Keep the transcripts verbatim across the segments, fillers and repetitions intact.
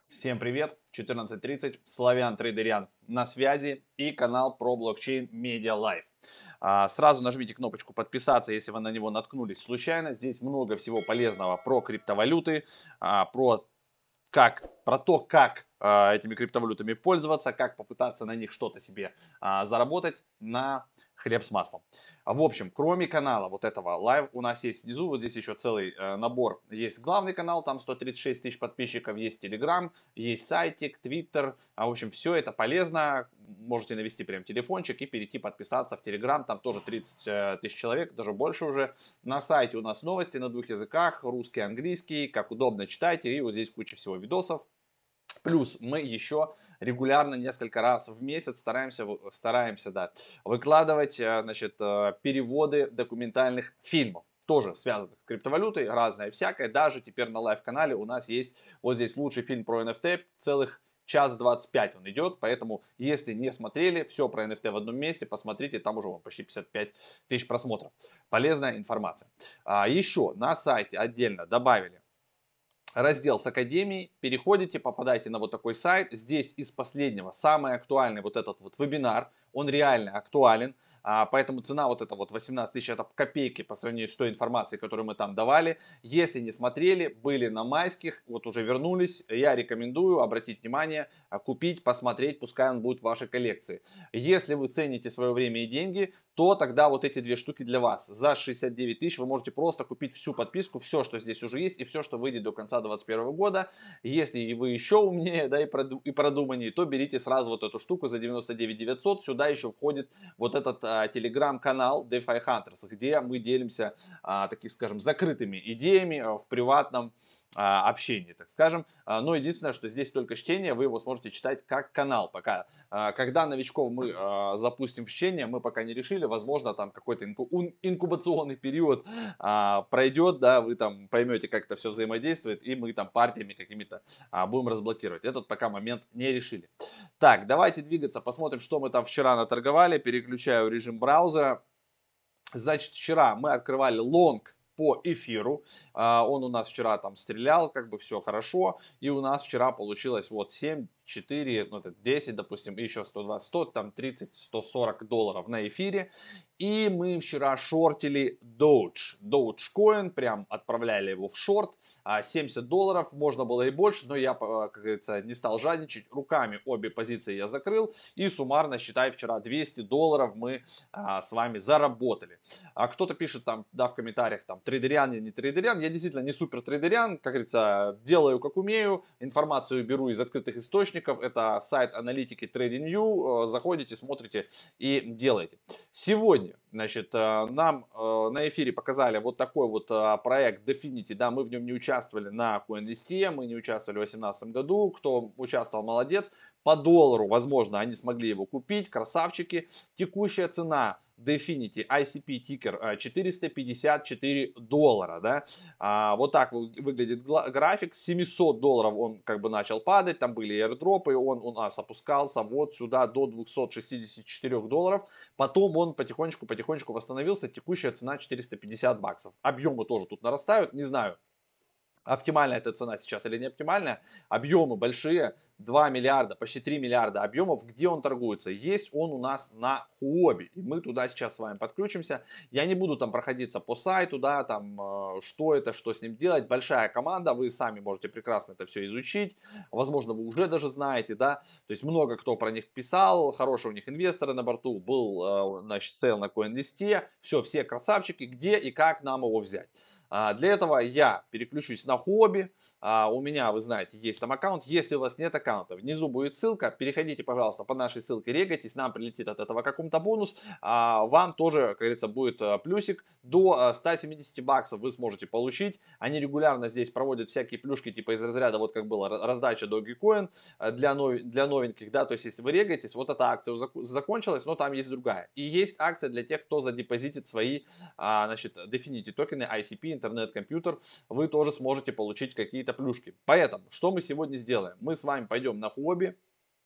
Всем привет! четырнадцать тридцать, Славян Трейдерян на связи и канал про блокчейн Media Live. А, Сразу нажмите кнопочку подписаться, если вы на него наткнулись случайно. Здесь много всего полезного про криптовалюты, а, про как, про то, как а, этими криптовалютами пользоваться, как попытаться на них что-то себе а, заработать на хлеб с маслом. А, В общем, кроме канала вот этого лайв, у нас есть внизу, вот здесь еще целый э, набор. Есть главный канал, там сто тридцать шесть тысяч подписчиков, есть Telegram, есть сайтик, Twitter. А, в общем, все это полезно. Можете навести прям телефончик и перейти подписаться в Telegram, там тоже тридцать э, тысяч человек, даже больше уже. На сайте у нас новости на двух языках, русский, английский, как удобно читайте, и вот здесь куча всего видосов. Плюс мы еще регулярно несколько раз в месяц стараемся, стараемся да, выкладывать э, значит, э, переводы документальных фильмов. Тоже связанных с криптовалютой, разное всякое. Даже теперь на лайв-канале у нас есть вот здесь лучший фильм про эн эф ти, целых час двадцать пять он идет. Поэтому, если не смотрели, все про эн эф ти в одном месте, посмотрите, там уже почти пятьдесят пять тысяч просмотров. Полезная информация. А, еще на сайте отдельно добавили раздел с академией, переходите, попадаете на вот такой сайт. Здесь из последнего самый актуальный вот этот вот вебинар, он реально актуален, а, поэтому цена вот эта вот восемнадцать тысяч, это копейки по сравнению с той информацией, которую мы там давали. Если не смотрели, были на майских, вот уже вернулись, я рекомендую обратить внимание, а, купить, посмотреть, пускай он будет в вашей коллекции. Если вы цените свое время и деньги, то тогда вот эти две штуки для вас. За шестьдесят девять тысяч вы можете просто купить всю подписку, все, что здесь уже есть, и все, что выйдет до конца две тысячи двадцать первого года. Если вы еще умнее, да, и, проду и продуманнее, то берите сразу вот эту штуку за девяносто девять тысяч девятьсот. Сюда еще входит вот этот а, телеграм-канал DeFi Hunters, где мы делимся, а, таких, скажем, закрытыми идеями а, в приватном а, общении, так скажем. А, но единственное, что здесь только чтение, вы его сможете читать как канал. Пока, а, когда новичков мы а, запустим в чтение, мы пока не решили. Возможно, там какой-то инку- инкубационный период а, пройдет, да, вы там поймете, как это все взаимодействует, и мы там партиями какими-то а, будем разблокировать. Этот пока момент не решили. Так, давайте двигаться, посмотрим, что мы там вчера наторговали. Переключаю режим браузера. Значит, вчера мы открывали лонг по эфиру. А, Он у нас вчера там стрелял, как бы все хорошо. И у нас вчера получилось вот семь, четыре, ну это десять, допустим, и еще сто двадцать, сто, там тридцать, сто сорок долларов на эфире. И мы вчера шортили Doge. Dogecoin, прям отправляли его в шорт. а, семьдесят долларов, можно было и больше, но я, а, как говорится, не стал жадничать. Руками обе позиции я закрыл. И суммарно, считай, вчера двести долларов мы а, с вами заработали. А кто-то пишет там, да, в комментариях, там, трейдерян, я не трейдерян. Я действительно не супер трейдерян, как говорится, делаю как умею, информацию беру из открытых источников. Это сайт аналитики TradingView, заходите, смотрите и делаете. Сегодня, значит, э, нам э, на эфире показали вот такой вот э, проект Definity, да, мы в нем не участвовали на CoinList, мы не участвовали в две тысячи восемнадцатом году, кто участвовал, молодец. По доллару, возможно, они смогли его купить, красавчики. Текущая цена Definity ай си пи тикер четыреста пятьдесят четыре доллара, да. А, вот так выглядит график. С семисот долларов он как бы начал падать, там были airdropы, он у нас опускался вот сюда до двухсот шестидесяти четырёх долларов. Потом он потихонечку-потихонечку восстановился. Текущая цена четыреста пятьдесят баксов. Объемы тоже тут нарастают, не знаю, оптимальная эта цена сейчас или не оптимальная. Объемы большие, два миллиарда, почти три миллиарда объемов. Где он торгуется? Есть он у нас на Хуоби. И мы туда сейчас с вами подключимся. Я не буду там проходиться по сайту, да, там, э, что это, что с ним делать. Большая команда, вы сами можете прекрасно это все изучить. Возможно, вы уже даже знаете, да. То есть много кто про них писал, хорошие у них инвесторы на борту. Был, э, значит, сейл на CoinList. Все, все красавчики. Где и как нам его взять? А, Для этого я переключусь на хобби. А, У меня, вы знаете, есть там аккаунт. Если у вас нет аккаунта, внизу будет ссылка. Переходите, пожалуйста, по нашей ссылке, регайтесь. Нам прилетит от этого какой-то бонус. А, Вам тоже, как говорится, будет а, плюсик. До а, ста семидесяти баксов вы сможете получить. Они регулярно здесь проводят всякие плюшки, типа из разряда, вот как было раздача Dogecoin для, нов... для новеньких. Да? То есть, если вы регаетесь, вот эта акция закончилась, но там есть другая. И есть акция для тех, кто задепозитит свои, а, значит, Definity токены, ай си пи, интернет-компьютер, вы тоже сможете получить какие-то плюшки. Поэтому, что мы сегодня сделаем? Мы с вами пойдем на хобби,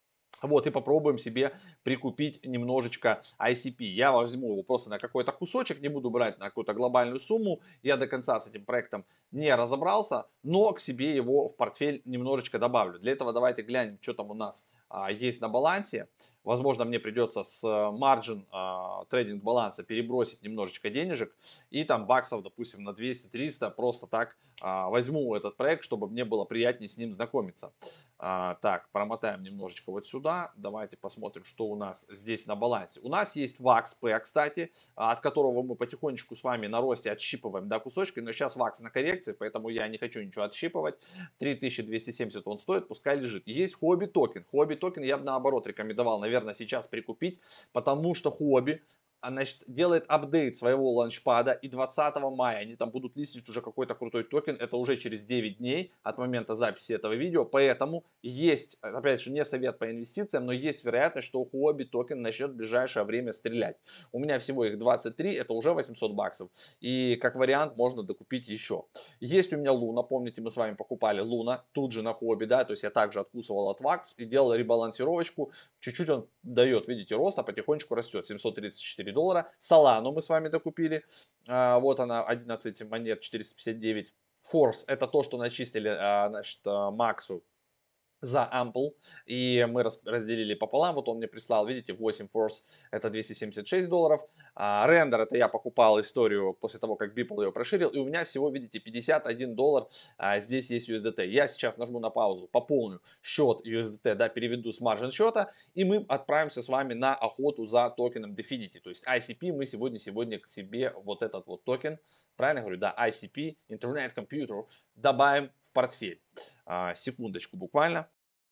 Вот, и попробуем себе прикупить немножечко ай си пи. Я возьму его просто на какой-то кусочек, не буду брать на какую-то глобальную сумму. Я до конца с этим проектом не разобрался, но к себе его в портфель немножечко добавлю. Для этого давайте глянем, что там у нас а, есть на балансе. Возможно, мне придется с margin а, трейдинг баланса перебросить немножечко денежек. И там баксов, допустим, на двести-триста просто так а, возьму этот проект, чтобы мне было приятнее с ним знакомиться. А, так, промотаем немножечко вот сюда. Давайте посмотрим, что у нас здесь на балансе. У нас есть вакс пи, кстати, от которого мы потихонечку с вами на росте отщипываем до кусочка. Но сейчас вакс на коррекции, поэтому я не хочу ничего отщипывать. три тысячи двести семьдесят он стоит, пускай лежит. Есть хобби токен. Хобби токен я бы наоборот рекомендовал, наверное, сейчас прикупить, потому что хобби, значит, делает апдейт своего ланчпада, и двадцатого мая они там будут листить уже какой-то крутой токен, это уже через девять дней от момента записи этого видео, поэтому есть, опять же, не совет по инвестициям, но есть вероятность, что Huobi токен начнет в ближайшее время стрелять. У меня всего их двадцать три, это уже восемьсот баксов, и как вариант можно докупить еще. Есть у меня Луна, помните, мы с вами покупали Луна, тут же на Huobi, да, то есть я также откусывал от вакс и делал ребалансировочку, чуть-чуть он дает, видите, рост, а потихонечку растет, семьсот тридцать четыре доллара. Солану мы с вами докупили. А, вот она, одиннадцать монет, четыреста пятьдесят девять. Force это то, что начислили, а, значит, а, Максу за Ample, и мы разделили пополам, вот он мне прислал, видите, восемь Force, это двести семьдесят шесть долларов, а Render, это я покупал историю после того, как Beeple ее проширил, и у меня всего, видите, пятьдесят один доллар, а здесь есть ю эс ди ти, я сейчас нажму на паузу, пополню счет ю эс ди ти, да, переведу с маржин счета, и мы отправимся с вами на охоту за токеном Definity, то есть ай си пи мы сегодня, сегодня к себе вот этот вот токен, правильно говорю, да, ай си пи, Internet Computer, добавим в портфель. А, секундочку буквально.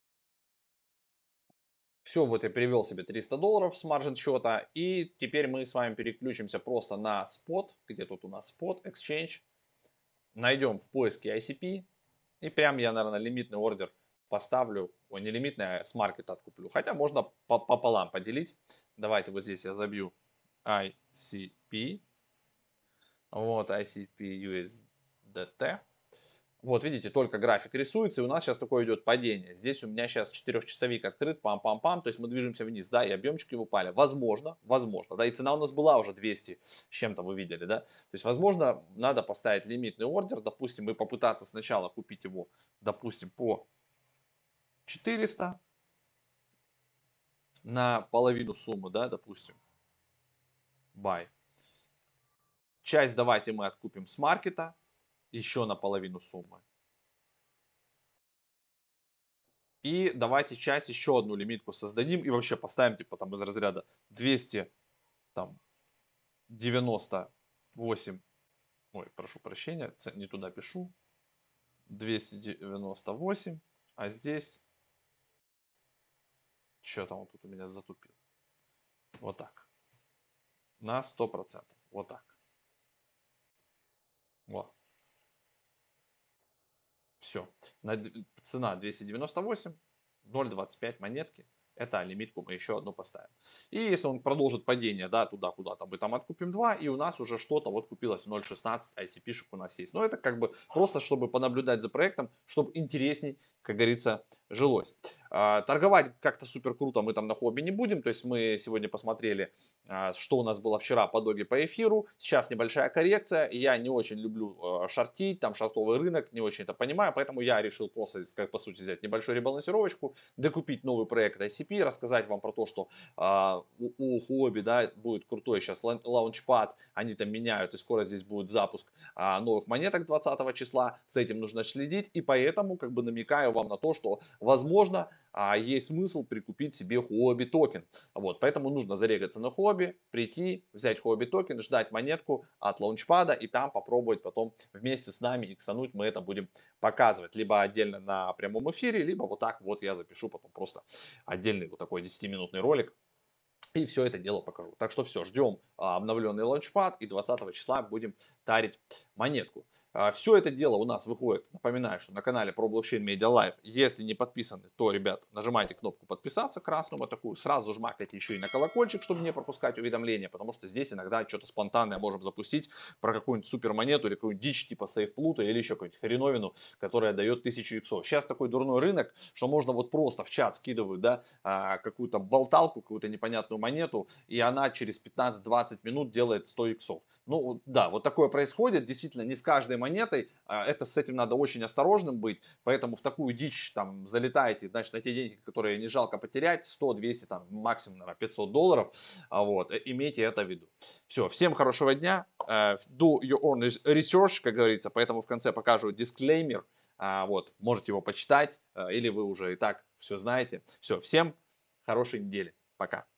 Все, вот я перевел себе триста долларов с маржин счета. И теперь мы с вами переключимся просто на спот. Где тут у нас спот, Exchange. Найдем в поиске ай си пи. И прям я, наверное, лимитный ордер поставлю. Ой, не лимитный, а с маркета откуплю. Хотя можно пополам поделить. Давайте вот здесь я забью ай си пи. Вот ай си пи ю эс ди ти. Вот, видите, только график рисуется, и у нас сейчас такое идет падение. Здесь у меня сейчас четырехчасовик открыт, пам-пам-пам, то есть мы движемся вниз, да, и объемчики упали. Возможно, возможно, да, и цена у нас была уже двести с чем-то, вы видели, да. То есть, возможно, надо поставить лимитный ордер, допустим, и попытаться сначала купить его, допустим, по четыреста на половину суммы, да, допустим, buy. Часть давайте мы откупим с маркета, еще на половину суммы. И давайте часть еще одну лимитку создадим и вообще поставим типа там из разряда двести девяносто восемь, ой, прошу прощения, не туда пишу, двести девяносто восемь, а здесь, что там вот тут у меня затупил, вот так, на сто процентов, вот так, вот, все, цена двести девяносто восемь, ноль двадцать пять монетки. Это лимитку мы еще одну поставим. И если он продолжит падение, да, туда куда-то, мы там откупим два, и у нас уже что-то вот купилось в ноль шестнадцать, ай си пи-шек у нас есть. Но это как бы просто, чтобы понаблюдать за проектом, чтобы интересней, как говорится, жилось. А, торговать как-то супер круто мы там на хобби не будем. То есть мы сегодня посмотрели, а, что у нас было вчера по доге по эфиру. Сейчас небольшая коррекция. Я не очень люблю а, шортить, там шортовый рынок, не очень это понимаю. Поэтому я решил просто, как по сути, взять небольшую ребалансировочку, докупить новый проект ай си пи, рассказать вам про то, что а, у, у хобби, да, будет крутой сейчас лаунчпад, они там меняют, и скоро здесь будет запуск а, новых монеток двадцатого числа. С этим нужно следить. И поэтому как бы намекаю вам на то, что возможно а, есть смысл прикупить себе Huobi токен. Вот, поэтому нужно зарегаться на Huobi, прийти, взять Huobi токен, ждать монетку от лаунчпада и там попробовать потом вместе с нами иксануть. Мы это будем показывать либо отдельно на прямом эфире, либо вот так вот я запишу потом просто отдельный вот такой десятиминутный ролик. И все это дело покажу. Так что все, ждем а, обновленный лаунчпад и двадцатого числа будем тарить монетку. Все это дело у нас выходит, напоминаю, что на канале про блокчейн Media Live. Если не подписаны, то, ребят, нажимайте кнопку подписаться красную вот такую, сразу жмакайте еще и на колокольчик, чтобы не пропускать уведомления, потому что здесь иногда что-то спонтанное можем запустить про какую-нибудь супермонету или какую-нибудь дичь типа сейфплута или еще какую-нибудь хреновину, которая дает тысячу иксов. Сейчас такой дурной рынок, что можно вот просто в чат скидывают, да, а, какую-то болталку, какую-то непонятную монету, и она через пятнадцать-двадцать минут делает сто иксов. Ну да, вот такое происходит, действительно, не с каждой монетой, а, это с этим надо очень осторожным быть, поэтому в такую дичь там залетаете, значит, на те деньги, которые не жалко потерять, сто, двести, там, максимум, наверное, пятьсот долларов, а вот, э, имейте это в виду. Все, всем хорошего дня, э, do your own research, как говорится, поэтому в конце покажу дисклеймер, а, вот, можете его почитать, э, или вы уже и так все знаете. Все, всем хорошей недели, пока.